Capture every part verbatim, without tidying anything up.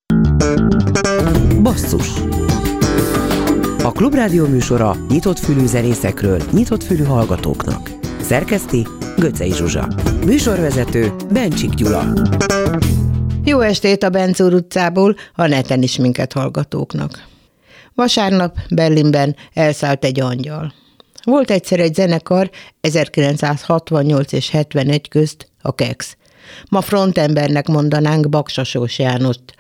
Basszus. A Klubrádió műsora nyitott fülű zenészekről, nyitott fülű hallgatóknak. Szerkeszti Göcsei Zsuzsa. Műsorvezető Bencsik Gyula. Jó estét a Bencúr utcából, a neten is minket hallgatóknak. Vasárnap Berlinben elszállt egy angyal. Volt egyszer egy zenekar ezerkilencszázhatvannyolc és hetvenegy közt, a Keksz. Ma frontembernek mondanánk Baksasós Jánost,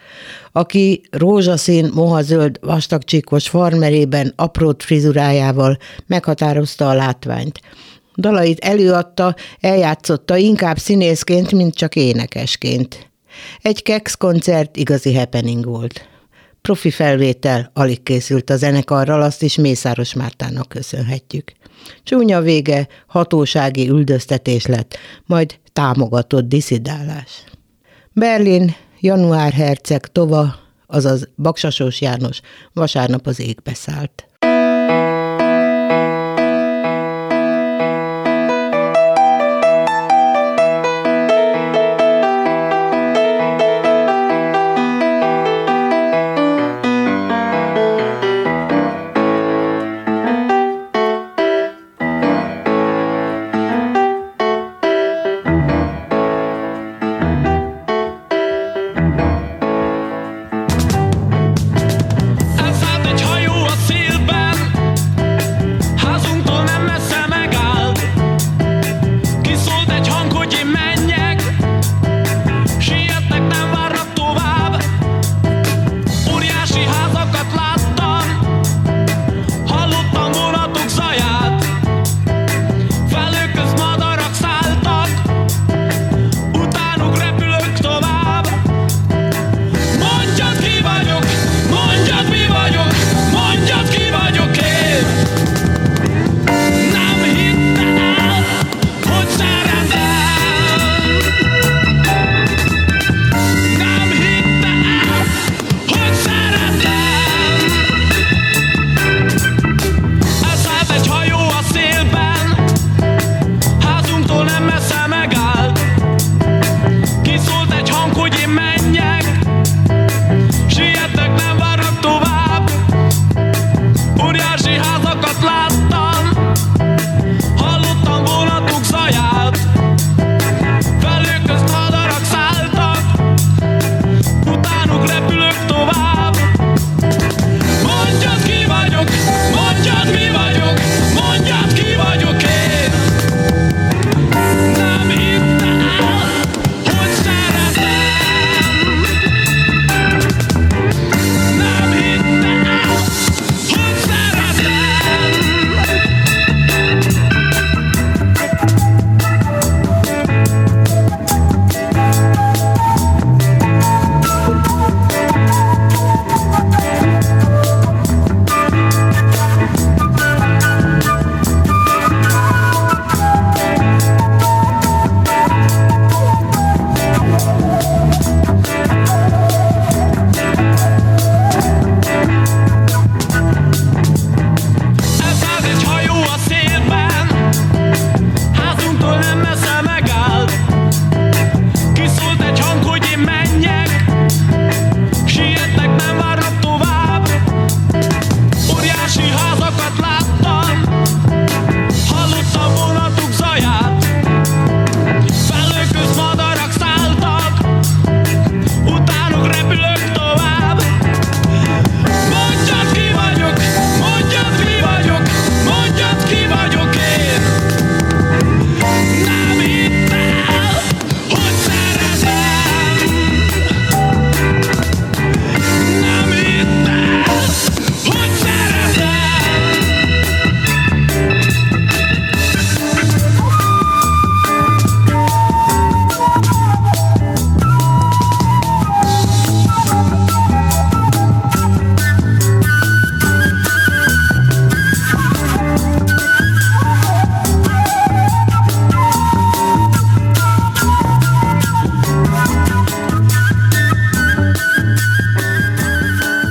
aki rózsaszín, mohazöld, vastagcsíkos farmerében, aprót frizurájával meghatározta a látványt. Dalait előadta, eljátszotta inkább színészként, mint csak énekesként. Egy Keksz koncert igazi happening volt. Profi felvétel alig készült a zenekarral, azt is Mészáros Mártának köszönhetjük. Csúnya vége, hatósági üldöztetés lett, majd támogatott diszidálás. Berlin, Január herceg tova, azaz Baksasós János vasárnap az égbe szállt.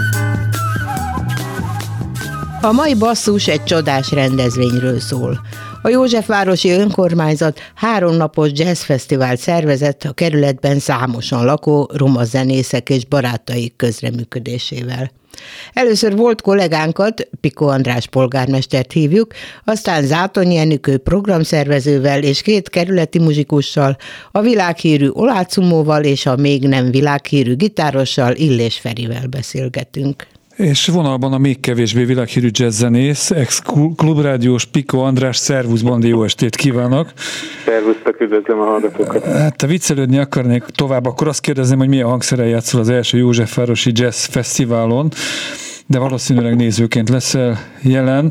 A mai basszus egy csodás rendezvényről szól. A Józsefvárosi Önkormányzat háromnapos jazzfesztivált szervezett a kerületben számosan lakó roma zenészek és barátaik közreműködésével. Először volt kollégánkat, Piko András polgármestert hívjuk, aztán Zátonyi Enikő programszervezővel és két kerületi muzsikussal, a világhírű Olácumóval és a még nem világhírű gitárossal, Illés Ferivel beszélgetünk. És vonalban a még kevésbé világhírű jazzzenész, ex-klubrádiós Piko András. Szervusz, Bandi, jó estét kívánok! Szervusztok, üdvözlöm a hallgatókat! Hát te viccelődni akarnék tovább, akkor azt kérdezném, hogy milyen hangszeren játszol az első Józsefvárosi Jazz Fesztiválon, de valószínűleg nézőként leszel jelen.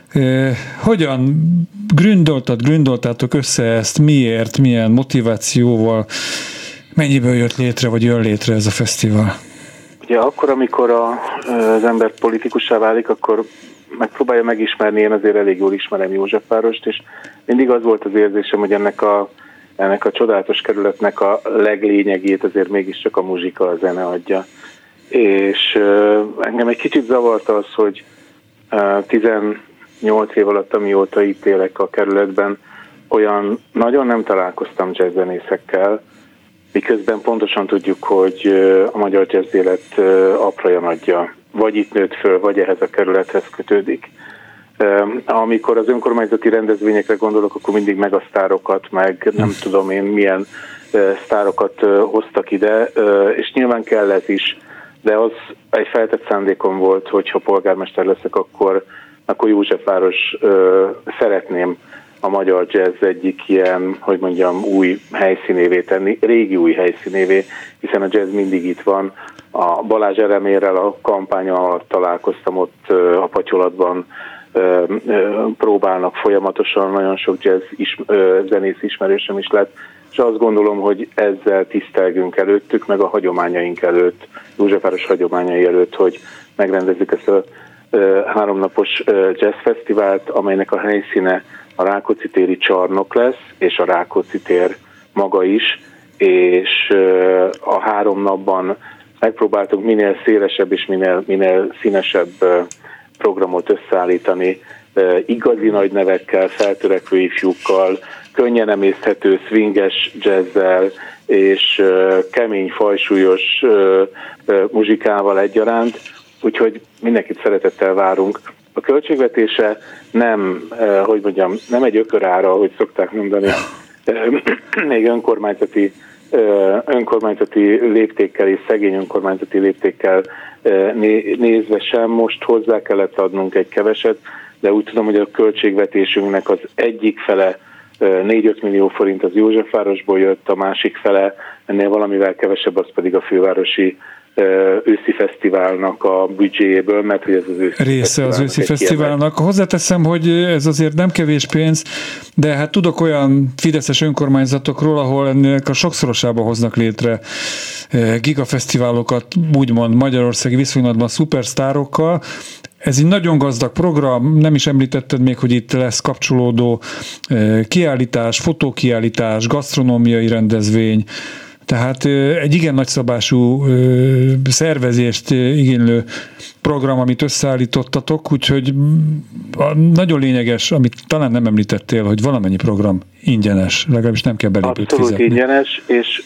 Hogyan gründoltad, gründoltátok össze ezt, miért, milyen motivációval, mennyiből jött létre, vagy jön létre ez a fesztivál? Ugye akkor, amikor a, az ember politikussá válik, akkor megpróbálja megismerni, én azért elég jól ismerem Józsefvárost, és mindig az volt az érzésem, hogy ennek a, ennek a csodálatos kerületnek a leglényegét azért mégiscsak a muzsika, a zene adja. És uh, engem egy kicsit zavarta az, hogy uh, tizennyolc év alatt, amióta itt élek a kerületben, olyan nagyon nem találkoztam jazzzenészekkel, miközben pontosan tudjuk, hogy a magyar jazz élet apraja nagyja, vagy itt nőtt föl, vagy ehhez a kerülethez kötődik. Amikor az önkormányzati rendezvényekre gondolok, akkor mindig megasztárokat, meg nem tudom én milyen sztárokat hoztak ide, és nyilván kell ez is, de az egy feltett szándékom volt, hogy ha polgármester leszek, akkor, akkor Józsefváros szeretném a magyar jazz egyik ilyen, hogy mondjam, új helyszínévé tenni, régi új helyszínévé, hiszen a jazz mindig itt van. A Balázs Eremérrel a kampány alatt találkoztam ott a Patyolatban, próbálnak folyamatosan, nagyon sok jazz is, zenész ismerősöm is lett, és azt gondolom, hogy ezzel tisztelgünk előttük, meg a hagyományaink előtt, Józsefváros hagyományai előtt, hogy megrendezzük ezt a háromnapos jazzfesztivált, amelynek a helyszíne a Rákóczi téri csarnok lesz, és a Rákóczi tér maga is, és a három napban megpróbáltunk minél szélesebb és minél, minél színesebb programot összeállítani, igazi nagy nevekkel, feltörekvő ifjúkkal, könnyen emészthető swinges jazzzel és kemény, fajsúlyos muzsikával egyaránt, úgyhogy mindenkit szeretettel várunk. A költségvetése nem, hogy mondjam, nem egy ökörára, ahogy szokták mondani, még önkormányzati, önkormányzati léptékkel és szegény önkormányzati léptékkel nézve sem. Most hozzá kellett adnunk egy keveset, de úgy tudom, hogy a költségvetésünknek az egyik fele négy-öt millió forint az Józsefvárosból jött, a másik fele ennél valamivel kevesebb, az pedig a fővárosi őszi fesztiválnak a büdzséjéből, mert hogy ez az őszi része az őszi fesztiválnak. Hozzáteszem, hogy ez azért nem kevés pénz, de hát tudok olyan fideszes önkormányzatokról, ahol ennek a sokszorosába hoznak létre gigafesztiválokat, úgymond magyarországi viszonylatban szupersztárokkal. Ez egy nagyon gazdag program, nem is említetted még, hogy itt lesz kapcsolódó kiállítás, fotókiállítás, gasztronómiai rendezvény, tehát egy igen nagyszabású szervezést igénylő program, amit összeállítottatok, úgyhogy nagyon lényeges, amit talán nem említettél, hogy valamennyi program ingyenes, legalábbis nem kell belépőt fizetni. Abszolút ingyenes, és,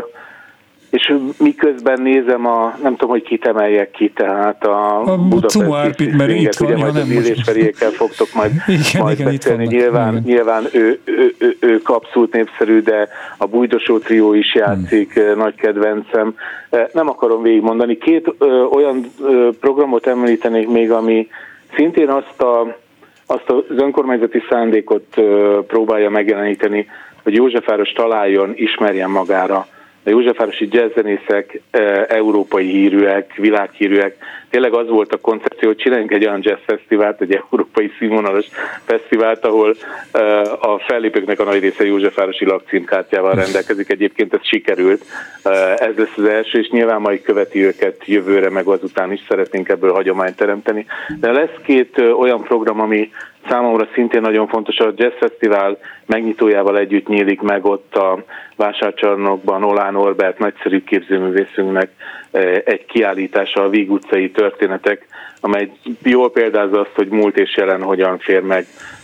és miközben nézem a, nem tudom, hogy kit emeljek ki, tehát a, a budapesti Árpit, mert itt van, ugye majd az Illés Feriékkel fogtok majd, igen, majd igen, beszélni. Nyilván, nyilván ő, ő, ő, ő abszolút népszerű, de a Bújdosó trió is játszik, hmm. nagy kedvencem. Nem akarom végigmondani. Két ö, olyan ö, programot említenék még, ami szintén azt, a, azt az önkormányzati szándékot ö, próbálja megjeleníteni, hogy Józsefváros találjon, ismerjen magára. A józsefvárosi jazzzenészek e, európai hírűek, világhírűek. Tényleg az volt a koncepció, hogy csináljunk egy olyan jazzfesztivált, egy európai színvonalas fesztivált, ahol e, a fellépőknek a nagy része józsefvárosi lakcímkártyával rendelkezik. Egyébként ez sikerült. E, ez lesz az első, és nyilván majd követi őket jövőre, meg azután is szeretnénk ebből hagyományt teremteni. De lesz két e, olyan program, ami számomra szintén nagyon fontos, a Jazz Fesztivál megnyitójával együtt nyílik meg ott a Vásárcsarnokban Olán Norbert nagyszerű képzőművészünknek egy kiállítása, a Víg utcai történetek, amely jól példázza azt, hogy múlt és jelen hogyan fér meg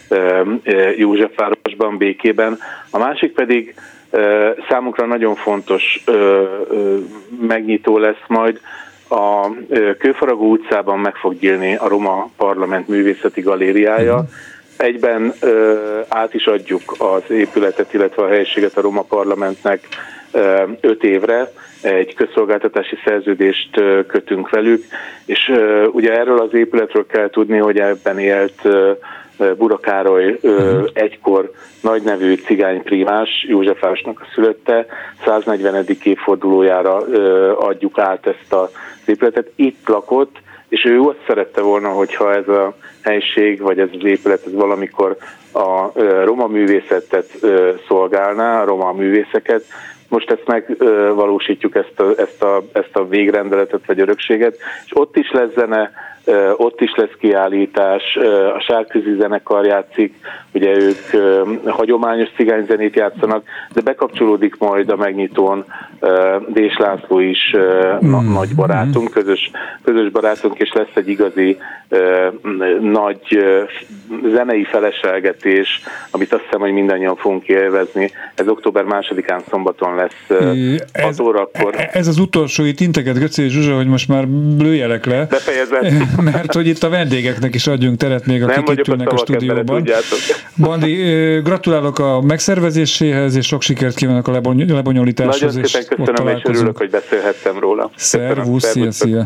Józsefvárosban, békében. A másik pedig számunkra nagyon fontos megnyitó lesz majd, a Kőfaragó utcában meg fog nyílni a Roma Parlament művészeti galériája. Egyben át is adjuk az épületet, illetve a helyiséget a Roma Parlamentnek öt évre, egy közszolgáltatási szerződést kötünk velük, és ugye erről az épületről kell tudni, hogy ebben élt Bura Károly uh-huh. egykor nagynevű cigányprímás, Józsefvárosnak a szülötte, száznegyvenedik évfordulójára adjuk át ezt az épületet. Itt lakott, és ő azt szerette volna, hogyha ez a helység, vagy ez az épület ez valamikor a roma művészetet szolgálná, a roma művészeket. Most ezt megvalósítjuk, ezt a, ezt, a, ezt a végrendeletet vagy örökséget, és ott is lesz zene, ott is lesz kiállítás, a Sárközi zenekar játszik, ugye ők hagyományos cigányzenét játszanak, de bekapcsolódik majd a megnyitón Dés László is mm. nagy barátunk, közös, közös barátunk, és lesz egy igazi nagy zenei feleselgetés, amit azt hiszem, hogy mindannyian fogunk élvezni. Ez október másodikán szombaton lesz hat órakor. Ez az utolsó, itt integet Göcé Zsuzsa, hogy most már lőjelek le. Befejezett. Mert hogy itt a vendégeknek is adjunk teret még, akik itt ülnek a stúdióban. Bandi, gratulálok a megszervezéséhez, és sok sikert kívánok a lebonyolításhoz. Nagyon szépen köszönöm, és örülök, hogy beszélhettem róla. Szervusz, szia, szia.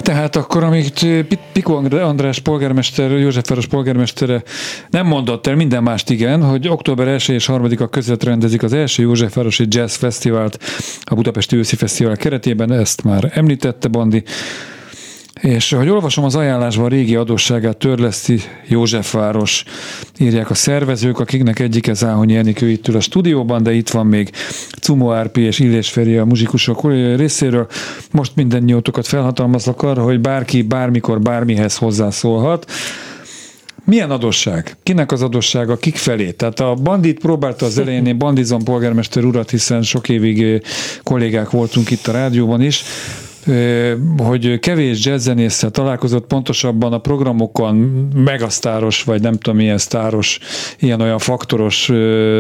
Tehát akkor, amit Piko András polgármester, Józsefváros polgármestere nem mondott el, minden mást igen, hogy október első és harmadika között rendezik az első Józsefvárosi Jazz Fesztivált a Budapesti Őszi Fesztivál keretében, ezt már említette Bandi. És hogy olvasom az ajánlásban, a régi adósságát törleszti Józsefváros, írják a szervezők, akiknek egyike Záhonyi Enikő itt ül a stúdióban, de itt van még Cumó Árpi és Illés Feri a muzsikusok részéről. Most mindennyiótokat felhatalmazlak arra, hogy bárki bármikor bármihez hozzászólhat. Milyen adósság? Kinek az adóssága? Kik felé? Tehát a Bandit próbálta az elején, én bandizom polgármester urat, hiszen sok évig kollégák voltunk itt a rádióban is, hogy kevés jazzzenésszel találkozott, pontosabban a programokon megasztáros, vagy nem tudom milyen sztáros, ilyen-olyan faktoros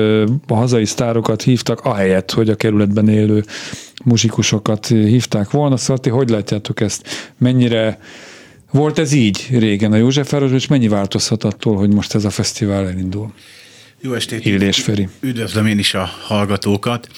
a hazai sztárokat hívtak, ahelyett, hogy a kerületben élő muzsikusokat hívták volna. Szóval ti hogy látjátok ezt? Mennyire volt ez így régen a Józsefvárosban, és mennyi változhat attól, hogy most ez a fesztivál elindul? Jó estét! Illés Feri. Üdvözlöm én is a hallgatókat,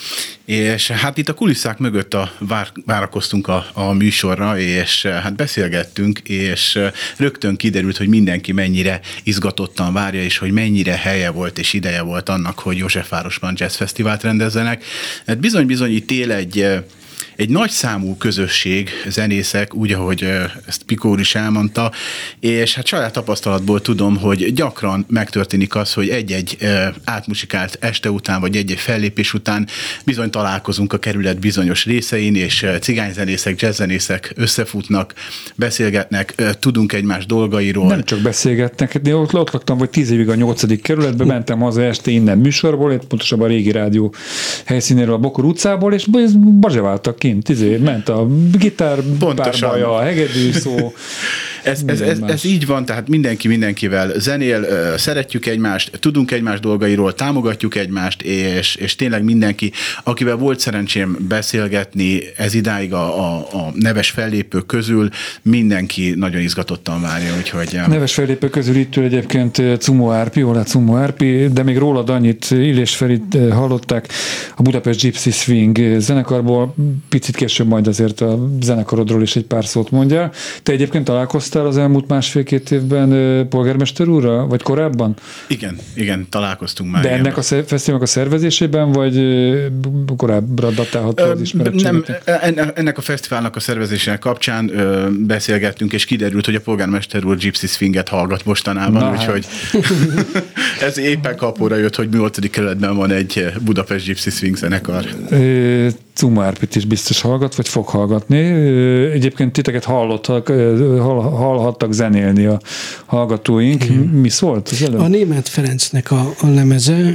és hát itt a kulisszák mögött a, vár, várakoztunk a, a műsorra, és hát beszélgettünk, és rögtön kiderült, hogy mindenki mennyire izgatottan várja, és hogy mennyire helye volt és ideje volt annak, hogy Józsefvárosban jazzfesztivált rendezzenek. Hát bizony-bizony itt él egy Egy nagy számú közösség, zenészek, úgy, ahogy ezt Piko úr is elmondta, és hát saját tapasztalatból tudom, hogy gyakran megtörténik az, hogy egy-egy átmusikált este után, vagy egy-egy fellépés után bizony találkozunk a kerület bizonyos részein, és cigányzenészek, jazzzenészek összefutnak, beszélgetnek, tudunk egymás dolgairól. Nem csak beszélgetnek, én ott, ott laktam, vagy tíz évig a nyolcadik kerületben, mentem haza este innen műsorból, pontosabban a régi rádió helyszínéről, a Bokor utcából, és bazseváltak kint, izé, ment a gitár, párbaja, a hegedű szó. Ez, ez, ez, ez így van, tehát mindenki mindenkivel zenél, szeretjük egymást, tudunk egymás dolgairól, támogatjuk egymást, és, és tényleg mindenki, akivel volt szerencsém beszélgetni ez idáig a, a, a neves fellépők közül, mindenki nagyon izgatottan várja, úgyhogy... Neves fellépők közül itt ül egyébként Cumó Árpi, Olá Cumó Árpi, de még rólad annyit, Illés Ferit hallották a Budapest Gypsy Swing zenekarból, picit később majd azért a zenekarodról is egy pár szót mondjál. Te egyébként találkoztál az elmúlt másfél-két évben polgármester úrral, vagy korábban? Igen, igen, találkoztunk már. De ennek a fesztiválnak a szervezésében, vagy korábbra datálható az ismerettséget? Nem, ennek a fesztiválnak a szervezésének kapcsán beszélgettünk, és kiderült, hogy a polgármester úr Gypsy Swinget hallgat mostanában, úgyhogy ez éppen kapóra jött, hogy nyolcadik kerületben van egy Budapest Gypsy Swing zenekar. Cumó Árpit is biztos hallgat, vagy fog hallgatni. Egyébként titeket hallottak, hallhattak zenélni a hallgatóink. Mm. Mi szólt az előbb? A Németh Ferencnek a, a lemeze,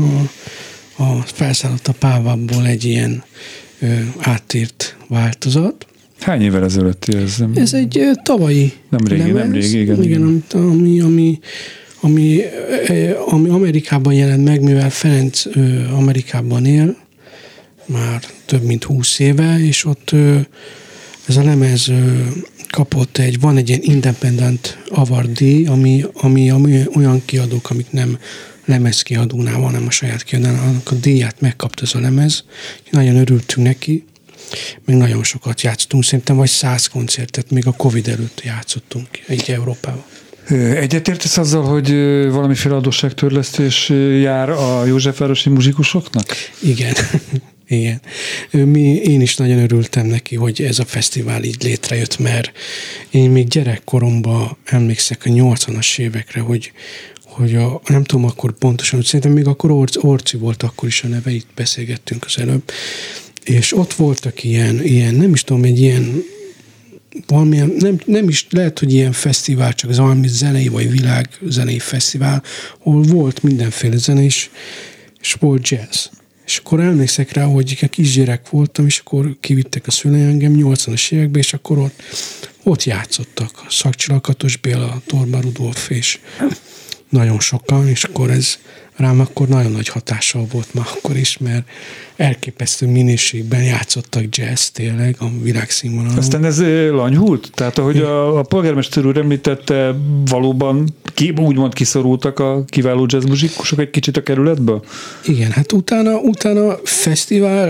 a, a felszállott a Pávából egy ilyen ö, átírt változat. Hány évvel ezelőtt ez? Ez egy ö, tavalyi Nem régi, lemez. nem régi, igen. Igen, ami, ami, ami, ami Amerikában jelent meg, mivel Ferenc ö, Amerikában él, már több mint húsz éve, és ott ö, ez a lemez kapott egy, van egy ilyen independent award díj, ami, ami, ami olyan kiadók, amik nem lemezkiadónál van, hanem a saját kiadónál, annak a díját megkapta ez a lemez. Nagyon örültünk neki, meg nagyon sokat játszottunk, szerintem vagy száz koncertet, még a Covid előtt játszottunk egy Európában. Egyetértesz azzal, hogy valamiféle adósságtörlesztés jár a józsefvárosi muzsikusoknak? Igen. Igen. Mi, én is nagyon örültem neki, hogy ez a fesztivál így létrejött, mert én még gyerekkoromban emlékszek a nyolcvanas évekre, hogy, hogy a, nem tudom akkor pontosan, hogy szerintem még akkor Orci, Orci volt akkor is a neve, itt beszélgettünk az előbb, és ott voltak ilyen, ilyen nem is tudom, egy ilyen valamilyen, nem, nem is lehet, hogy ilyen fesztivál, csak az valami zenei vagy világzenei fesztivál, ahol volt mindenféle zene is, és volt jazz. És akkor emlékszek rá, hogy kisgyerek voltam, és akkor kivittek a szüleim engem nyolcvanas évekbe, és akkor ott, ott játszottak. Szakcsilag Katos Béla, Torma Rudolf, és nagyon sokan, és akkor ez rám akkor nagyon nagy hatással volt már akkor is, mert elképesztő minőségben játszottak jazz tényleg a világszínvonalon. Aztán ez lanyhult? Tehát ahogy a, a polgármester úr említette, valóban ki, úgymond kiszorultak a kiváló jazz muzsikusok egy kicsit a kerületből? Igen, hát utána, utána fesztivál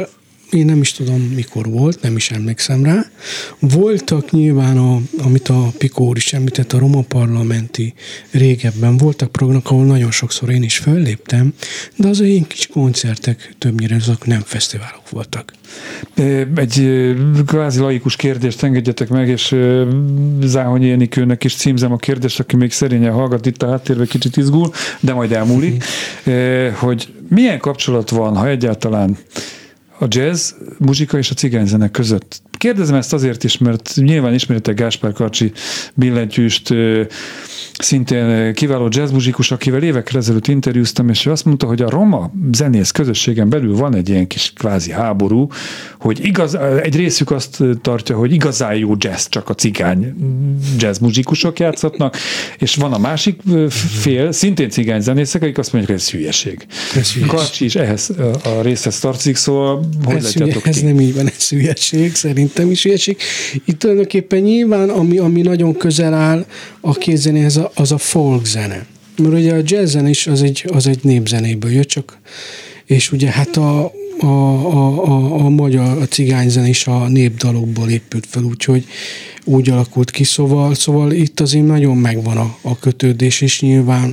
én nem is tudom, mikor volt, nem is emlékszem rá. Voltak nyilván, a, amit a Pikó is említett, a Roma Parlamenti régebben voltak programok, ahol nagyon sokszor én is fölléptem, de az ilyen kis koncertek többnyire azok nem fesztiválok voltak. Egy kvázi laikus kérdést engedjetek meg, és Záhonyi Enikőnek is címzem a kérdést, aki még szerényen hallgat itt a háttérben, kicsit izgul, de majd elmúlik, mm. hogy milyen kapcsolat van, ha egyáltalán a jazz muzsika és a cigányzene között. Kérdezem ezt azért is, mert nyilván ismeritek Gáspár Karcsi billentyűst, szintén kiváló jazzmuzsikus, akivel évekkel ezelőtt interjúztam, és ő azt mondta, hogy a roma zenész közösségen belül van egy ilyen kis kvázi háború, hogy igaz, egy részük azt tartja, hogy igazán jó jazz csak a cigány jazzmuzsikusok játszhatnak, és van a másik fél, szintén cigány zenészek, akik azt mondják, hogy ez hülyeség. Ez hülyeség. Karcsi is ehhez a részhez tartozik, szóval hogy ez látjátok hülye, ti? Ez nem így van, ez hülyeség, szerintem is hülyeség. Itt tulajdonképpen nyilván, ami, ami nagyon közel áll a kézzenéhez, az, az a folk zene. Mert ugye a jazzen is az egy, az egy népzenéből jött, csak, és ugye hát a, a, a, a, a magyar, a cigányzen is a népdalokból épült fel, úgyhogy úgy alakult ki, szóval, szóval itt azért nagyon megvan a, a kötődés, és nyilván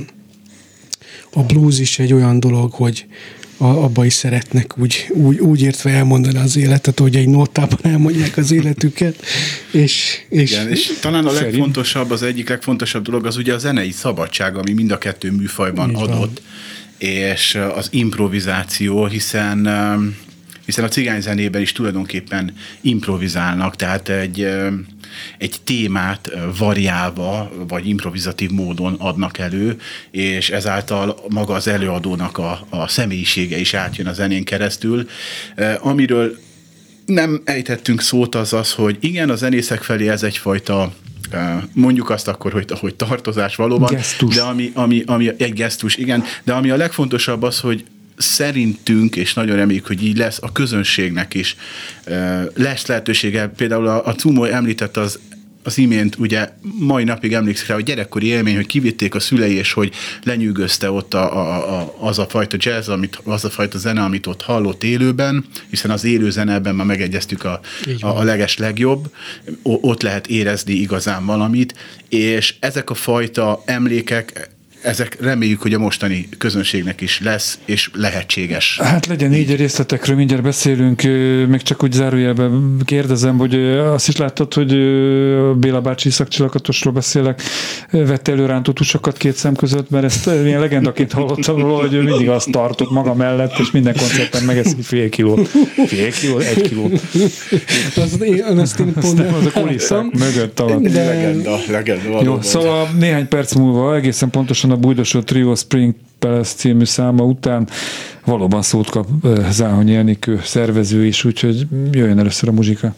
a blues is egy olyan dolog, hogy abba is szeretnek úgy, úgy, úgy értve elmondani az életet, hogy egy nótában elmondják az életüket. És, és, Igen, és talán a legfontosabb, az egyik legfontosabb dolog az ugye a zenei szabadság, ami mind a kettő műfajban adott, és az improvizáció, hiszen, hiszen a cigányzenében is tulajdonképpen improvizálnak, tehát egy, egy témát variálva, vagy improvizatív módon adnak elő, és ezáltal maga az előadónak a, a személyisége is átjön a zenén keresztül. Amiről nem ejtettünk szót, az az, hogy igen, a zenészek felé ez egyfajta, mondjuk azt akkor, hogy, hogy tartozás valóban, gesztus. De ami, ami, ami egy gesztus, igen, de ami a legfontosabb az, hogy szerintünk, és nagyon reméljük, hogy így lesz, a közönségnek is lesz lehetősége. Például a, a Cumó említett az az imént, ugye mai napig emlékszik rá, hogy gyerekkori élmény, hogy kivitték a szülei, és hogy lenyűgözte ott a, a, a, az a fajta jazz, amit, az a fajta zene, amit ott hallott élőben, hiszen az élő zene, ebben már megegyeztük a, a, a leges legjobb, o, ott lehet érezni igazán valamit, és ezek a fajta emlékek, ezek reméljük, hogy a mostani közönségnek is lesz, és lehetséges. Hát legyen így, a részletekről mindjárt beszélünk, még csak úgy zárójelben kérdezem, hogy azt is láttad, hogy Béla bácsi szakcsilakatosról beszélek, vette elő rántó tusokat két szem között, mert ezt ilyen legendaként hallottam róla, hogy ő mindig azt tartott maga mellett, és minden koncerten megeszik fél kilót. Fél kilót, egy kilót. Azt én, azt én pont nem az a kulisszák mögött alatt. De... Legenda, legenda. Jó, szóval néhány perc múlva, egészen pontosan a Bújdosó Trio Spring Palace című száma után valóban szót kap Záhonyi Enikő szervező is, úgyhogy jöjjön először a muzsika.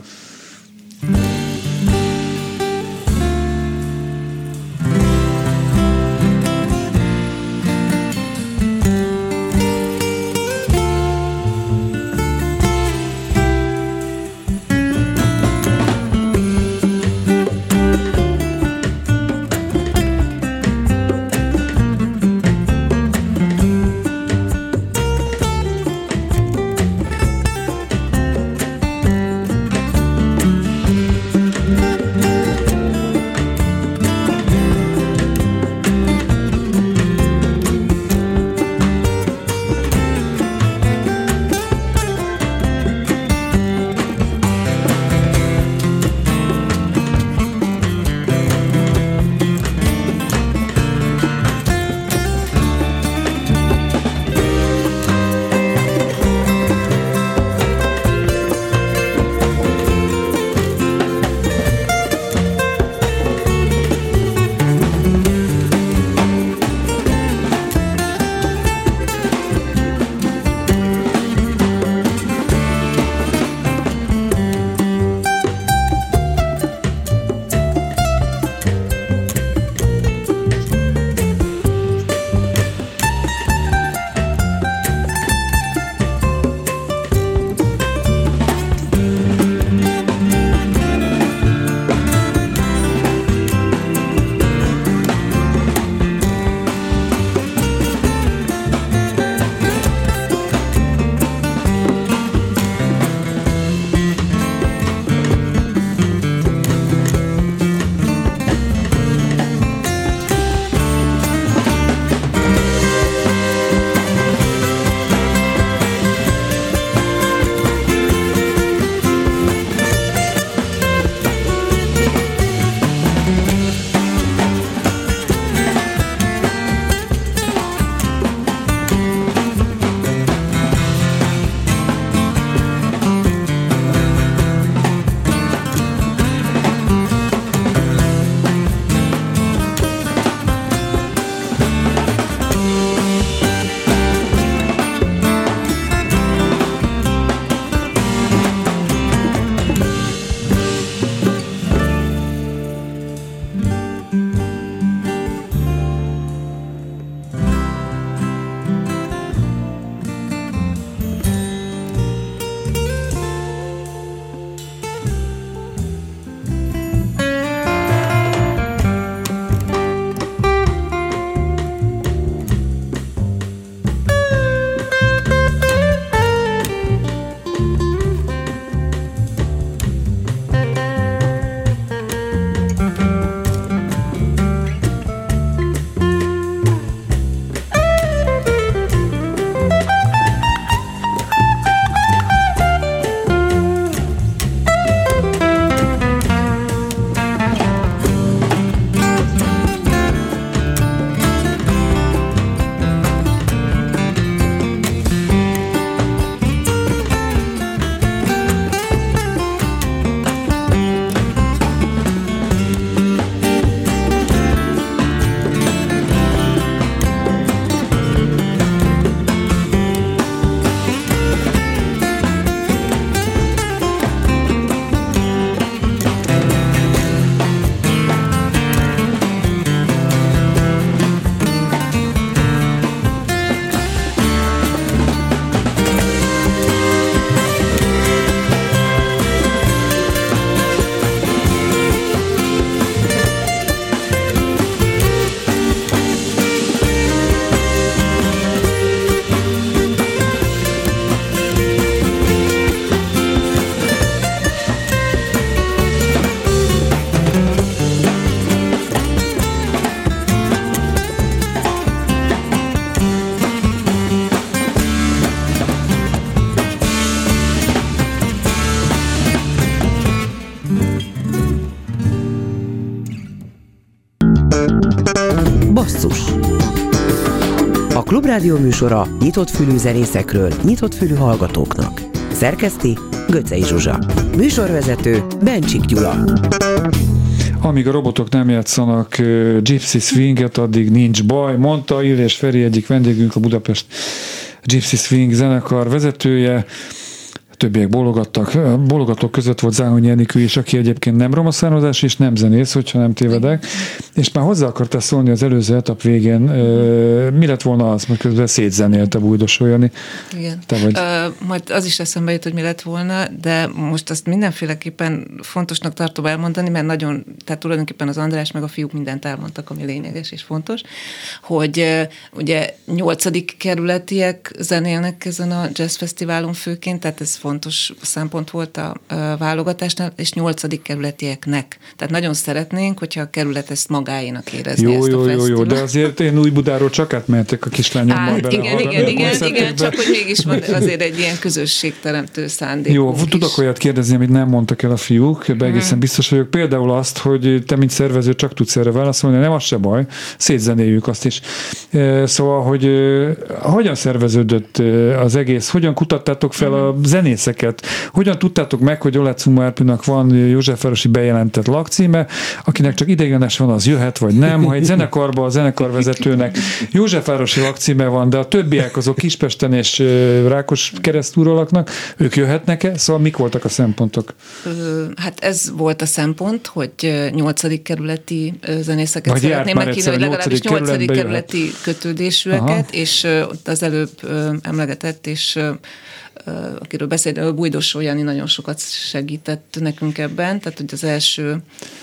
Basszus. A Klubrádió műsora nyitott fülű zenészekről, nyitott fülű hallgatóknak. Szerkeszti Göcsei Zsuzsa. Műsorvezető Bencsik Gyula. Amíg a robotok nem játszanak uh, Gypsy Swinget, addig nincs baj, mondta Illés Feri, egyik vendégünk, a Budapest Gypsy Swing zenekar vezetője. Többiek bólogattak. Bólogatók között volt Záhonyi Enikő is, aki egyébként nem roma származás és nem zenész, hogyha nem tévedek. És már hozzá akartál szólni az előző etap végén. Mi lett volna az, mert közben szétzenélte Bújdos-Jani? Igen. Te vagy. Uh, majd az is eszembe jut, hogy mi lett volna, de most azt mindenféleképpen fontosnak tartom elmondani, mert nagyon, tehát tulajdonképpen az András meg a fiúk mindent elmondtak, ami lényeges és fontos, hogy uh, ugye nyolcadik kerületiek zenélnek ezen a jazz fesztiválon főként, tehát ez fontos szempont volt a válogatásnál, és nyolcadik kerületieknek. Tehát nagyon szeretnénk, hogyha a kerület ezt magáénak érezni, jó, ezt jó, a jó, jó, de azért én Újbudáról csak átmehetek a kislányommal bele. Igen, igen, igen, igen, csak hogy mégis van azért egy ilyen közösségteremtő szándék. Jó, tudok olyat kérdezni, amit nem mondtak el a fiúk, ebben egészen biztos vagyok. Például azt, hogy te, mint szervező, csak tudsz erre válaszolni, nem az se baj, szétzenéljük azt is. Szóval, hogy hogyan szerveződött az egész, hogyan kutattátok fel a zenészeket, hogyan tudtátok meg, hogy Oletszum Márpinak van Józsefvárosi bejelentett lakcíme, akinek csak ideiglenes van, az jöhet, vagy nem. Ha egy zenekarban a zenekarvezetőnek Józsefvárosi lakcíme van, de a többiek azok Kispesten és Rákoskeresztúron laknak, ők jöhetnek-e? Szóval mik voltak a szempontok? Hát ez volt a szempont, hogy nyolcadik kerületi zenészeket vagy szeretném meghívni, hogy legalábbis nyolcadik kerületi kötődésűeket, aha, és ott az előbb emlegetett, és akiről beszélt, Bújdos-Jani nagyon sokat segített nekünk ebben, tehát hogy az első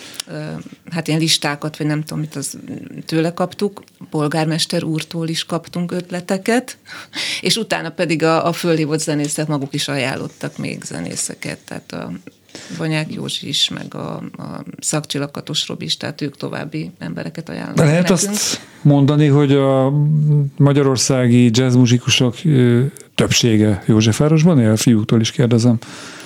hát ilyen listákat, vagy nem tudom, mit az tőle kaptuk, polgármester úrtól is kaptunk ötleteket, és utána pedig a, a fölhívott zenészek maguk is ajánlottak még zenészeket, tehát a Banyák Józsi is, meg a, a Szakcsillagkatos Robi is, tehát ők további embereket ajánlottak lehet nekünk. Azt mondani, hogy a magyarországi jazzmuzsikusok többsége Józsefvárosban él? Fiúktól is kérdezem.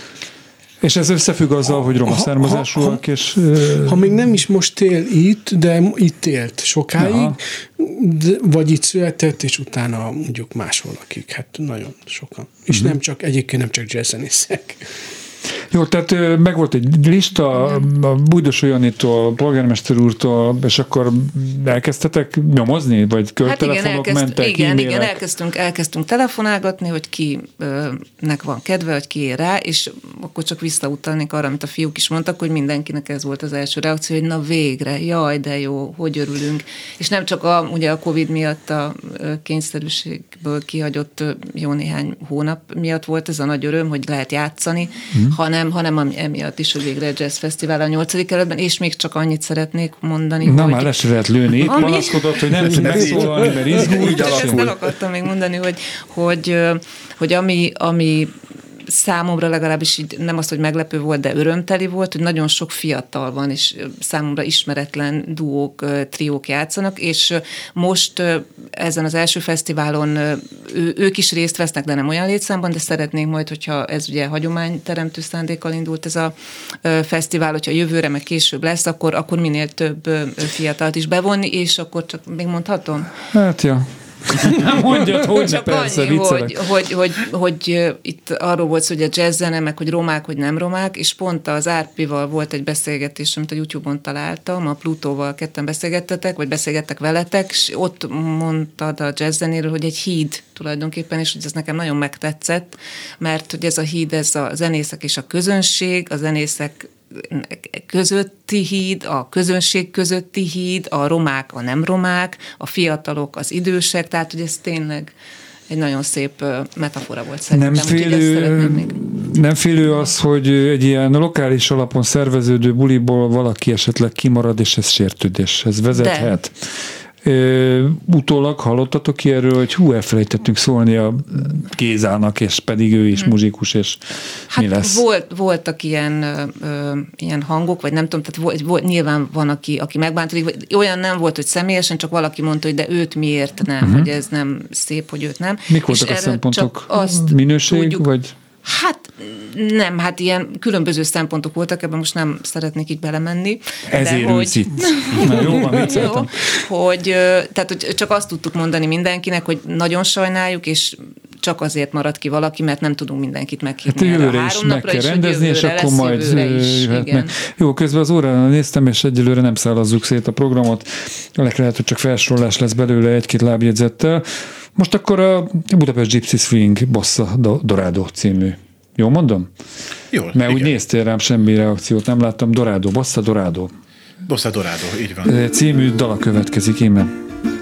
És ez összefügg azzal, hogy roma származásúak, és... Ha még nem is most él itt, de itt élt sokáig, de, vagy itt született, és utána mondjuk máshol lakik. Hát nagyon sokan. És uh-huh. nem csak, egyébként nem csak jazzzenészek. Jó, tehát meg volt egy lista a Bújdos-Janitól, polgármester úrtól, és akkor elkezdtetek nyomozni? Vagy körtelefonok hát igen, mentek, igen, e-mailek? igen, elkezdtünk, elkezdtünk telefonálgatni, hogy kinek van kedve, hogy ki ér rá, és akkor csak visszautalnék arra, amit a fiúk is mondtak, hogy mindenkinek ez volt az első reakció, hogy na végre, jaj, de jó, hogy örülünk. És nem csak a, ugye a Covid miatt a kényszerűségből kihagyott jó néhány hónap miatt volt ez a nagy öröm, hogy lehet játszani, hmm. hanem, hanem emiatt is, hogy végre Jazz Fesztivál a nyolcadik kerületben, és még csak annyit szeretnék mondani, na, hogy... már lesz lehet lőni. Itt ami... panaszkodott, hogy nem tud megszólalni, mert izgul. Ezt el akartam még mondani, hogy, hogy, hogy ami, ami számomra legalábbis így nem az, hogy meglepő volt, de örömteli volt, hogy nagyon sok fiatal van, és számomra ismeretlen duók, triók játszanak, és most ezen az első fesztiválon ő, ők is részt vesznek, de nem olyan létszámban, de szeretnénk majd, hogyha ez ugye hagyományteremtő szándékkal indult ez a fesztivál, hogyha jövőre meg később lesz, akkor, akkor minél több fiatalt is bevonni, és akkor csak még mondhatom? Hát ja. Mondjad, hogy csak persze, annyi, hogy, hogy, hogy, hogy itt arról volt szó, hogy a jazzzene, meg hogy romák, hogy nem romák, és pont az Árpival volt egy beszélgetés, amit a YouTube-on találtam, a Plutóval ketten beszélgettetek, vagy beszélgettek veletek, és ott mondtad a jazzzenéről, hogy egy híd tulajdonképpen, és hogy ez nekem nagyon megtetszett, mert hogy ez a híd, ez a zenészek és a közönség, a zenészek közötti híd, a közönség közötti híd, a romák, a nem romák, a fiatalok, az idősek, tehát hogy ez tényleg egy nagyon szép metafora volt szerintem. Nem félő, nem félő az, hogy egy ilyen lokális alapon szerveződő buliból valaki esetleg kimarad, és ez sértődéshez vezethet. De. Ö, utólag hallottatok ki erről, hogy hú, elfelejtettünk szólni a Gézának, és pedig ő is hmm. muzsikus, és hát mi lesz? Volt, voltak ilyen, ö, ilyen hangok, vagy nem tudom, tehát volt, volt, nyilván van, aki, aki megbántodik, olyan nem volt, hogy személyesen, csak valaki mondta, hogy de őt miért nem, uh-huh. hogy ez nem szép, hogy őt nem. Mik voltak a szempontok? Minőség, tudjuk, vagy... Hát nem, hát ilyen különböző szempontok voltak, ebben most nem szeretnék így belemenni. Ezért de, hogy, itt. Na, jó van, mit jó, hogy, tehát, hogy csak azt tudtuk mondani mindenkinek, hogy nagyon sajnáljuk, és csak azért marad ki valaki, mert nem tudunk mindenkit meghívni. Hát jövőre is meg kell rendezni, és akkor majd jöhetnek. Jó, közben az órára néztem, és egyelőre nem szállazzuk szét a programot. Lehet, hogy csak felsorolás lesz belőle egy-két lábjegyzettel. Most akkor a Budapest Gypsy Swing Bossa Dorado című. Jó mondom? Jó. Mert igen. Úgy néztél rám, semmi reakciót nem láttam. Dorado, Bossa Dorado. Bossa Dorado, így van. Című dala következik innen.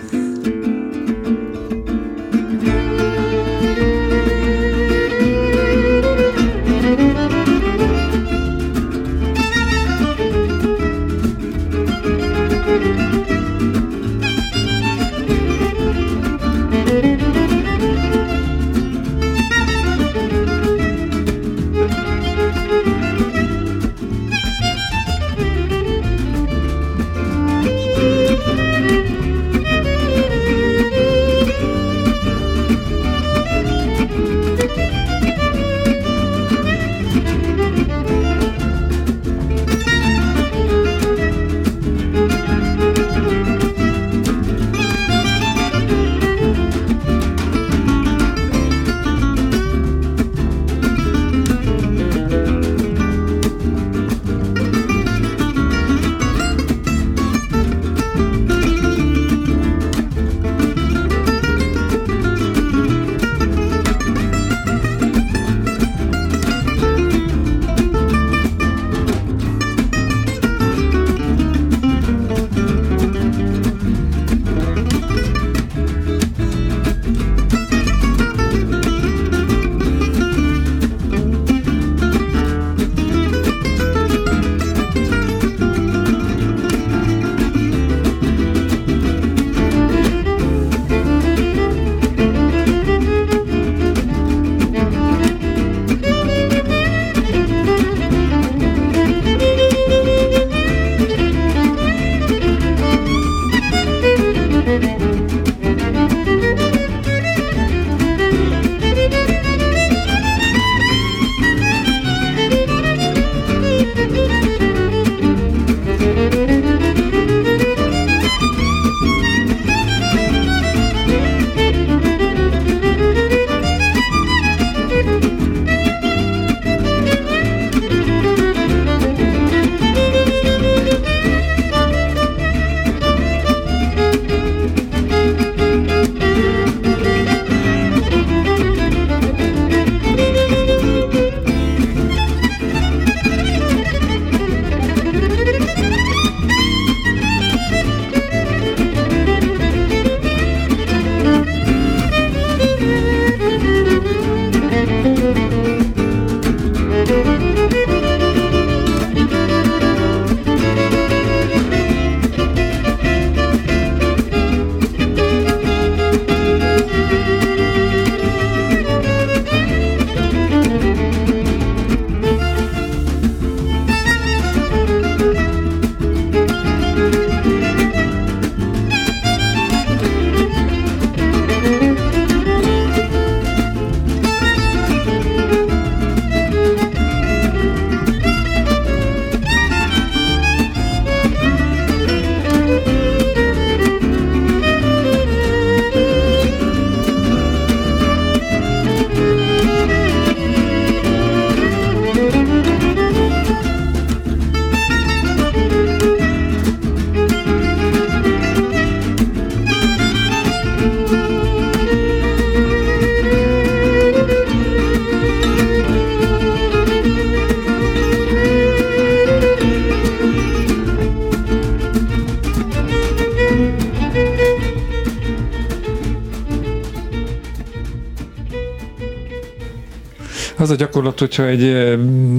Az a gyakorlat, hogyha egy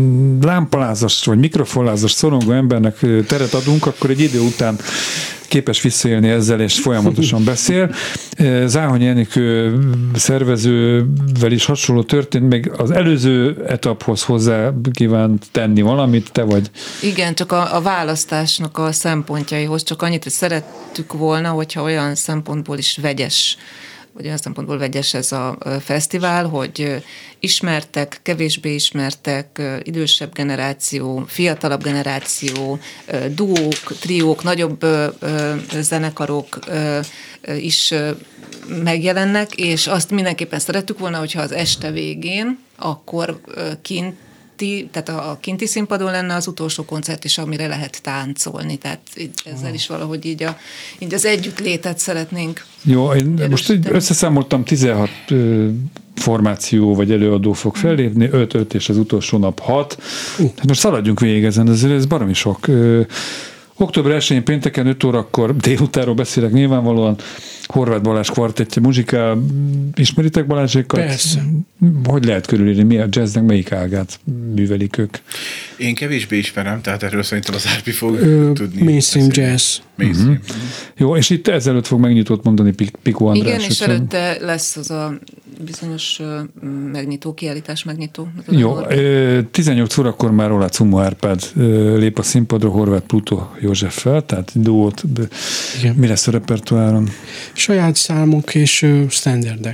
lámpalázas vagy mikrofonlázas szorongó embernek teret adunk, akkor egy idő után képes visszaélni ezzel, és folyamatosan beszél. Záhonyi Enikő szervezővel is hasonló történt, még az előző etaphoz hozzá kívánt tenni valamit, te vagy? Igen, csak a, a választásnak a szempontjaihoz, csak annyit, hogy szerettük volna, hogyha olyan szempontból is vegyes vagy olyan szempontból vegyes ez a fesztivál, hogy ismertek, kevésbé ismertek, idősebb generáció, fiatalabb generáció, duók, triók, nagyobb zenekarok is megjelennek, és azt mindenképpen szerettük volna, hogyha az este végén, akkor kint tehát a kinti színpadon lenne az utolsó koncert is, amire lehet táncolni. Tehát ezzel is valahogy így, a, így az együttlétet szeretnénk. Jó, én most összeszámoltam tizenhat formáció vagy előadó fog fellépni, öt-öt és az utolsó nap hat. Hát most szaladjunk végig ezen, ez, ez baromi sok. október elsején pénteken öt órakor, délutánról beszélek nyilvánvalóan, Horváth Balázs kvartettje muzsikál. Ismeritek Balázsékat? Persze. Hogy lehet körülírni? Mi a jazznek melyik ágát művelik ők? Én kevésbé ismerem, tehát erről szerintem az Árpi fog Ö, tudni. Mainstream jazz. Mainstream. Uh-huh. Jó, és itt ezelőtt fog megnyitót mondani Piko András. Igen, és előtte lesz az a bizonyos megnyitó, kiállítás megnyitó. Jó, tizennyolc órakor már Olá Cumó Árpád lép a színpadra Horváth Plutó Józseffel, tehát duót. Igen. Mi lesz a repertoáron? Saját számok és uh, standardek.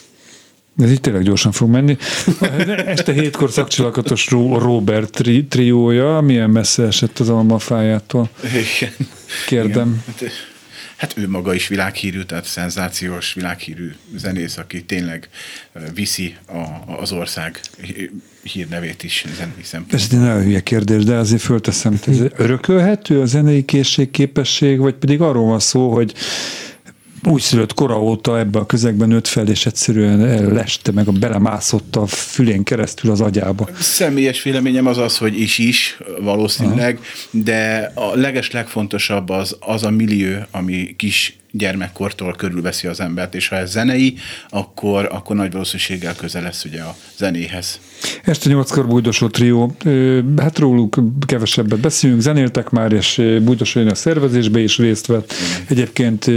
Ez így tényleg gyorsan fog menni. Este hétkor Szakcsilakatos Robert tri- triója, milyen messze esett az almafájától? Igen. Kérdem. Igen. Hát ő maga is világhírű, tehát szenzációs világhírű zenész, aki tényleg viszi a, az ország hírnevét is zenei szempontból. Ez egy nagyon hülye kérdés, de azért fölteszem, ez örökölhető a zenei készség, képesség, vagy pedig arról van szó, hogy újszülött kora óta ebbe a közegben nőtt fel, és egyszerűen leste meg, a belemászott a fülén keresztül az agyába. Személyes véleményem az az, hogy is-is valószínűleg, aha, de a leges legfontosabb az, az a millió, ami kis gyermekkortól körülveszi az embert, és ha ez zenei, akkor, akkor nagy valószínűséggel közel lesz ugye a zenéhez. Este nyolckor Bújdosó trió, hát róluk kevesebbet beszélünk, zenéltek már, és Bújdosó a szervezésbe is részt vett. Igen. Egyébként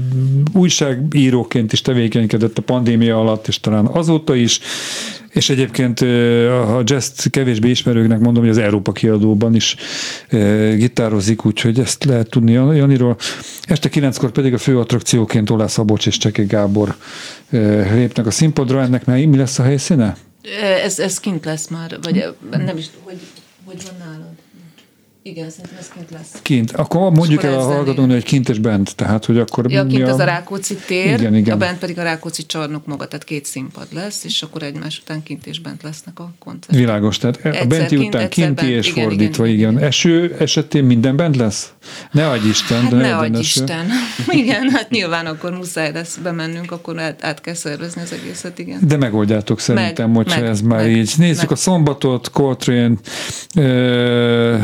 újságíróként is tevékenykedett a pandémia alatt, és talán azóta is, és egyébként a jazz kevésbé ismerőknek mondom, hogy az Európa kiadóban is gitározik, úgyhogy ezt lehet tudni Janiról. Este kilenckor pedig a fő attrakcióként Olá Szabolcs és Cseke Gábor lépnek a színpadra. Ennek már mi lesz a helyszíne? Ez, ez kint lesz már, vagy nem is, hogy, hogy van nálad? Igen, szerintem ez kint lesz. Kint. Akkor mondjuk el a hallgatónak, hogy kint és bent, tehát, hogy akkor... Ja, kint a... az a Rákóczi tér, igen, igen. A bent pedig a Rákóczi csarnok maga, tehát két színpad lesz, és akkor egymás után kint és bent lesznek a koncertek. Világos, tehát egyszer a benti kint, után kinti bent, és igen, fordítva, igen, igen. igen. Eső esetén minden bent lesz? Ne adj Isten, hát de ne adj Isten. Igen, hát nyilván akkor muszáj lesz bemennünk, akkor át, át kell szervezni az egészet, igen. De megoldjátok szerintem, meg, hogyha meg, ez már meg, így. Nézzük meg. A szombatot, Coltrane euh,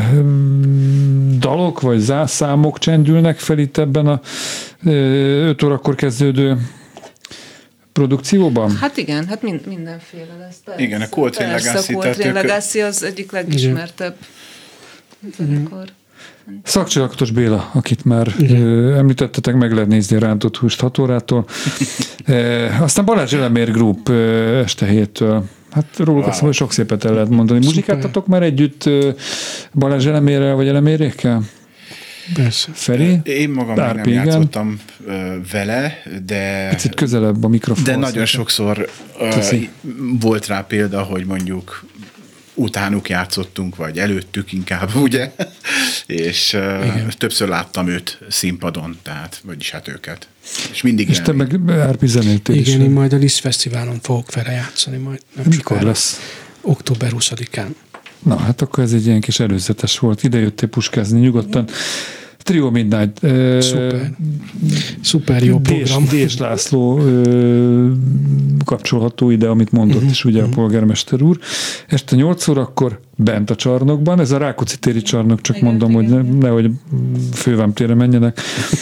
dalok vagy zászszámok csendülnek fel itt ebben a öt órakor kezdődő produkcióban? Hát igen, hát mind, mindenféle lesz. Persze, igen, a Coltrane Legacy. A Coltrane Legacy az egyik legismertebb zenekar. Szakcsilakatos Béla, akit már ö, említettetek, meg lehet nézni a Rántott húst hat órától. e, aztán Balázs Elemér Group ö, este héttől. Hát róluk wow. Azt mondom, hogy sok szépet el lehet mondani. Muzsikáltatok már együtt ö, Balázs Elemérrel vagy Elemérékkel? Persze. Feri? Én magam még nem játszottam uh, vele, de... Picit közelebb a mikrofon. De nagyon sokszor uh, volt rá példa, hogy mondjuk utánuk játszottunk, vagy előttük inkább, ugye? És uh, többször láttam őt színpadon, tehát, vagyis hát őket. És mindig És te meg Árpi zenéltél is. Igen, én majd a Liszt Fesztiválon fogok vele játszani majd. Nem Mikor lesz? október huszadikán. Na, hát akkor ez egy ilyen kis előzetes volt. Ide jöttél puskázni nyugodtan. Trio Midnight. Szuper. Szuper jó program. Dés László ö, kapcsolható ide, amit mondott uh-huh. is ugye uh-huh. a polgármester úr. Este nyolc órakor bent a csarnokban. Ez a Rákóczi téri csarnok, csak igen, mondom, igen, hogy ne, nehogy Fővám térre menjenek.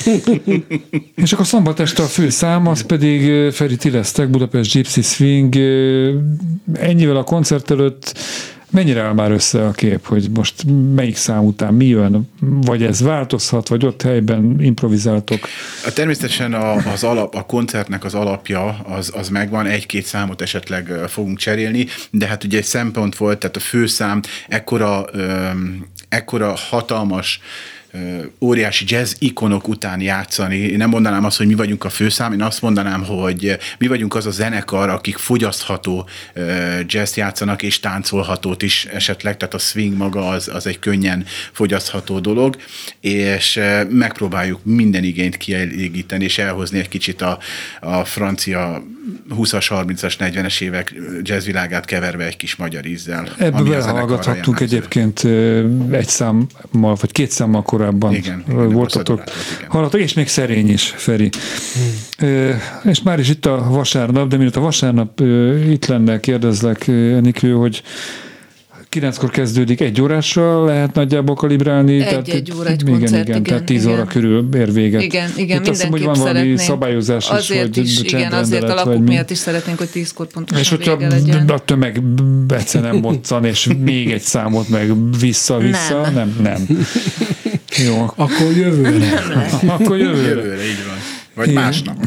És akkor szombat este a fő szám, az pedig Feri ti lesztek, Budapest Gypsy Swing. Ennyivel a koncert előtt mennyire áll már össze a kép, hogy most melyik szám után mi jön, vagy ez változhat, vagy ott helyben improvizáltok? Természetesen a, az alap, a koncertnek az alapja az, az megvan, egy-két számot esetleg fogunk cserélni, de hát ugye egy szempont volt, tehát a főszám ekkora, öm, ekkora hatalmas óriási jazz ikonok után játszani. Én nem mondanám azt, hogy mi vagyunk a főszám, én azt mondanám, hogy mi vagyunk az a zenekar, akik fogyasztható jazz játszanak, és táncolhatót is esetleg, tehát a swing maga az, az egy könnyen fogyasztható dolog, és megpróbáljuk minden igényt kielégíteni, és elhozni egy kicsit a, a francia húszas, harmincas, negyvenes évek jazzvilágát keverve egy kis magyar ízzel. Ebből belehallgathattunk egyébként egy számmal, vagy két számmal korábban igen, voltatok. Hallatok, és még szerény is, Feri. Hmm. E, és már is itt a vasárnap, de mielőtt a vasárnap e, itt lenne, kérdezlek, Enikő, hogy kilenckor kezdődik, egy órással lehet nagyjából kalibrálni. Egy-egy óra, egy igen, koncert, igen, igen. tehát tíz igen. óra körül ér véget. Igen, igen, itt azt hiszem, hogy van valami szeretném. szabályozás azért is, is, hogy igen, azért a lakók miatt is szeretnénk, hogy tízkor pontosan és vége legyen. A tömeg egyszer nem moccan, és még egy számot meg vissza-vissza. Nem, nem. nem. Jó. Akkor jövőre. Akkor jövőre. Jövőre, így van. Vagy igen. Másnap.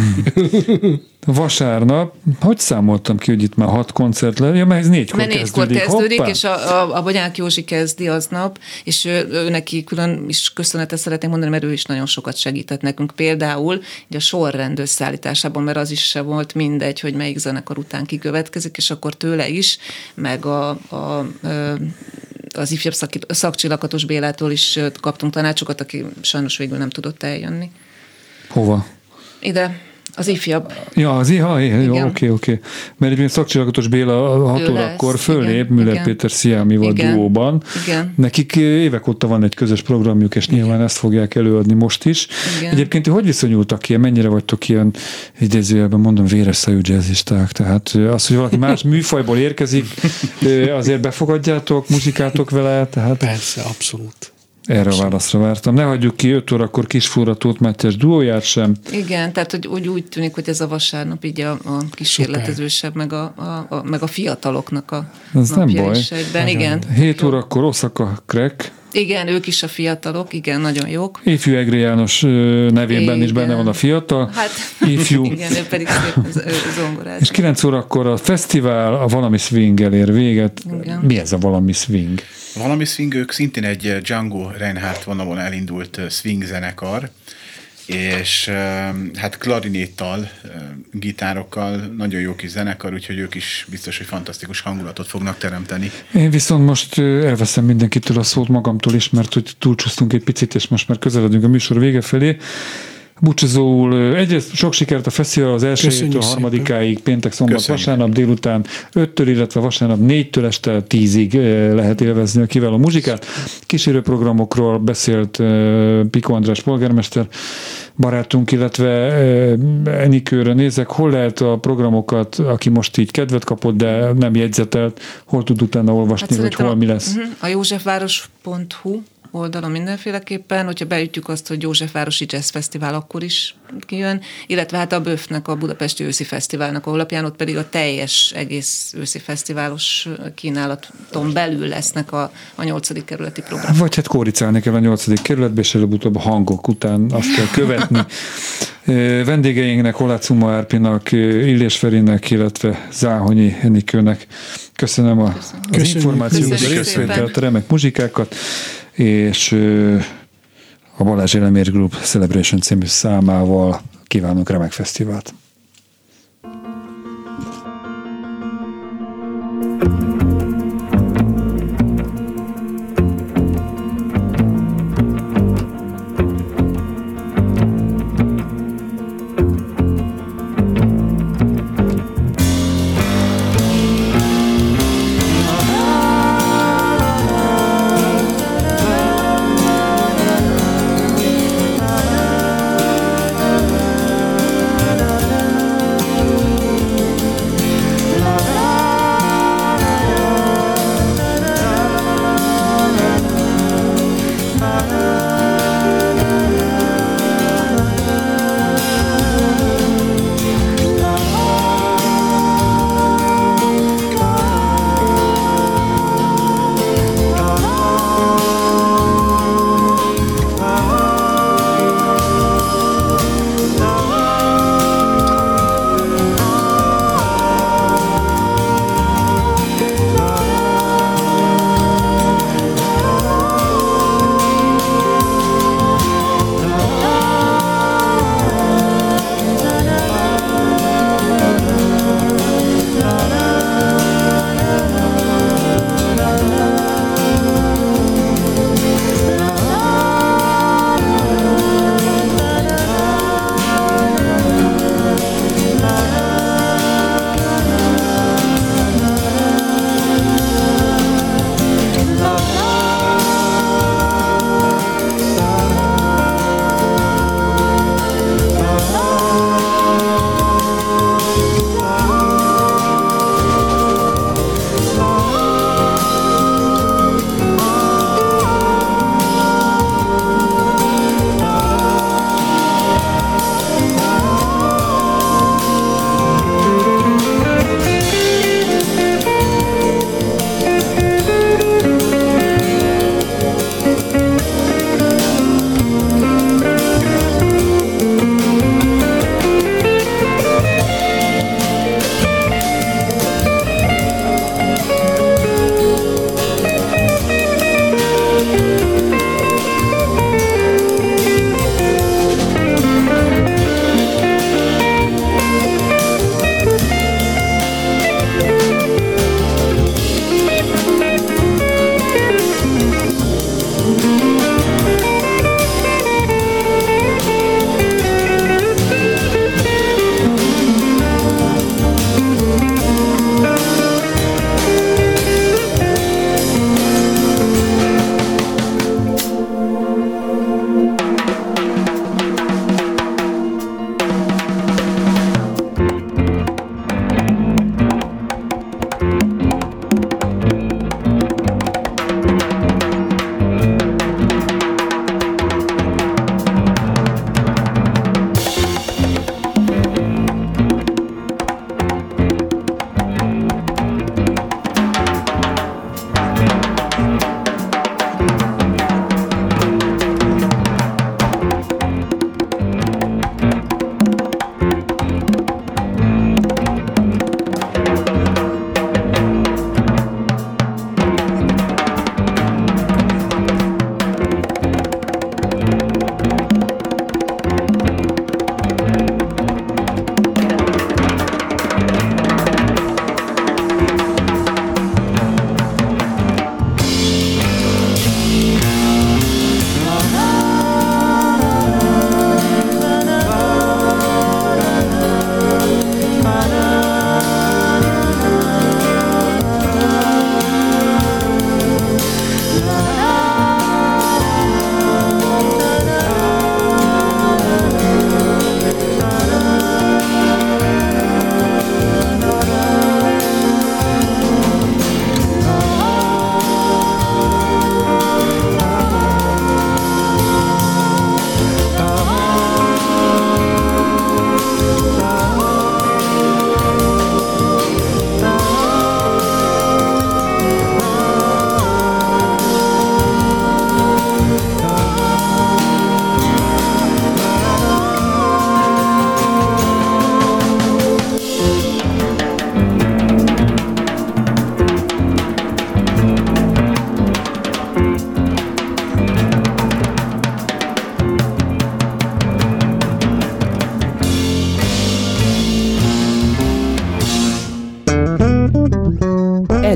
Vasárnap, hogy számoltam ki, hogy itt már hat koncert le? Ja, mert ez négykor mert kezdődik. négykor kezdődik, Hoppá. és a, a, a Bonyák Józsi kezdi aznap, és ő, ő neki külön is köszönetet szeretném mondani, mert ő is nagyon sokat segített nekünk. Például a sorrend összeállításában, mert az is se volt mindegy, hogy melyik zenekar után kikövetkezik, és akkor tőle is, meg a, a, a az ifjabb szakcsillakatos Bélától is kaptunk tanácsokat, aki sajnos végül nem tudott eljönni. Hova? Ide, az ifjabb. Ja, az iha, jó, oké, oké. Mert egyébként Szakcsillakatos Béla a hat órakor fölép Müller Péter Sziámival duóban. Igen. Nekik évek óta van egy közös programjuk, és nyilván igen. ezt fogják előadni most is. Igen. Egyébként hogy viszonyultak ki, mennyire vagytok ilyen, idézőjelben mondom, véres szájú jazzisták? Tehát az, hogy valaki más műfajból érkezik, azért befogadjátok, muzsikáltok vele? Tehát... Persze, abszolút. Erre a válaszra vártam. Ne hagyjuk ki öt órakor Kisfúra Tóth Mátyás duóját sem. Igen, tehát hogy úgy, úgy tűnik, hogy ez a vasárnap így a, a kísérletezősebb, meg a, a, a, meg a fiataloknak a ez napja nem baj. is egyben. Igen. hét órakor Oszaka Crack. Igen, ők is a fiatalok, igen, nagyon jók. Ifjú Egri János nevében igen. is benne van a fiatal. Hát, Ifjú. Igen, ő pedig szép zongoráz. És kilenc órakor a fesztivál, a Valami Swing elér véget. Igen. Mi ez a Valami Swing? A Valami Swing, ők szintén egy Django Reinhardt vonalon elindult swing zenekar, és hát klarinéttal, gitárokkal, nagyon jó kis zenekar, úgyhogy ők is biztos, hogy fantasztikus hangulatot fognak teremteni. Én viszont most elveszem mindenkitől a szót magamtól is, mert hogy túlcsúsztunk egy picit, és most már közeledünk a műsor vége felé. Búcsúzóul egyrészt sok sikert a fesztivál az elsőjétől a harmadikáig, péntek, szombat, Köszönjük. vasárnap délután öttől, illetve vasárnap négytől este tízig lehet élvezni a kiváló muzsikát. Kísérőprogramokról beszélt Piko András polgármester barátunk, illetve Enikőre nézek, hol lehet a programokat, aki most így kedvet kapott, de nem jegyzetelt, hol tud utána olvasni, hát hogy hol mi lesz? A józsefváros pont hu oldalon mindenféleképpen, hogyha beütjük azt, hogy Józsefvárosi Jazz Fesztivál, akkor is kijön, illetve hát a böfnek, a Budapesti Őszi Fesztiválnak a honlapján, ott pedig a teljes egész őszi fesztiválos kínálaton belül lesznek a, a nyolcadik kerületi programok. Vagy hát kóricálni kell a nyolcadik kerületbe, és előbb-utóbb a hangok után azt kell követni. Vendégeinknek, Holáth Szuma Árpinak, Illés Ferinek, illetve Záhonyi Enikőnek köszönöm a, az információt, a részvételt, a remek muzsikákat, és a Balázs Elemér Group Celebration című számával kívánunk remek fesztivált.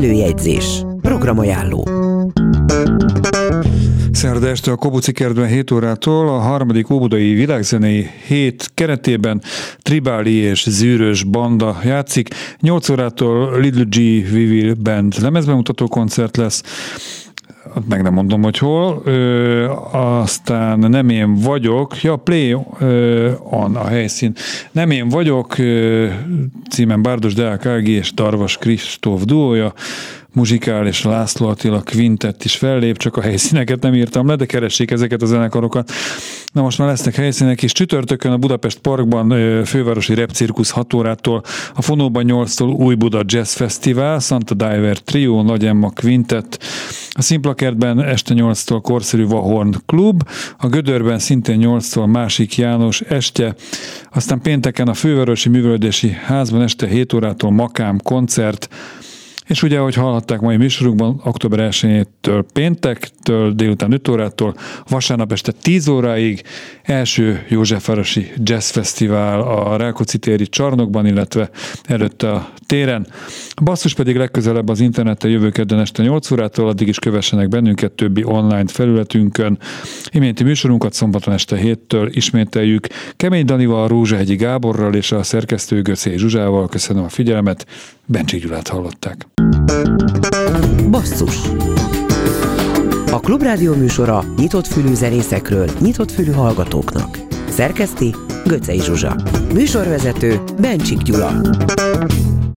Előjegyzés. Programajánló. Szerda este a Kobuci kertben hét órától a harmadik óbudai világzenei hét keretében Tribáli és Zűrös banda játszik. nyolc órától Little G Vivil Band lemezbemutató koncert lesz. Meg nem mondom, hogy hol. Ö, aztán Nem én vagyok. Ja, Play ö, on a helyszín. Nem én vagyok. Ö, címen Bárdos Deák Ági és Darvas Kristóf duója. Muzsikál és László Attila Quintett is fellép, csak a helyszíneket nem írtam le, de keressék ezeket a zenekarokat. Na most már lesznek helyszínek is. Csütörtökön a Budapest Parkban fővárosi repcirkusz hat órától, a Fonóban nyolctól Új Buda Jazz Fesztivál, Santa Diver Trio, Nagy Emma Quintett, a Szimplakertben este nyolctól Korszerű Vahorn Klub, a Gödörben szintén nyolctól Másik János estje, aztán pénteken a Fővárosi Művelődési Házban este hét órától Makám koncert, és ugye, ahogy hallhatták mai műsorunkban, október elsejétől péntektől, délután öt órától, vasárnap este tíz óráig első Józsefvárosi Jazz Fesztivál a Rákóczi téri csarnokban, illetve előtte a téren. A basszus pedig legközelebb az interneten jövő kedden este nyolc órától, addig is kövessenek bennünket többi online felületünkön. Iménti műsorunkat szombaton este héttől ismételjük Kemény Danival, Rózsahegyi Gáborral és a szerkesztő Göcé Zsuzsával. Köszönöm a figyelmet, Bencsik Gyulát hallották. Basszus. A Klubrádió műsora nyitott fülű zenészekről, nyitott fülű hallgatóknak. Szerkeszti Göcei Zsuzsa. Műsorvezető Bencsik Gyula.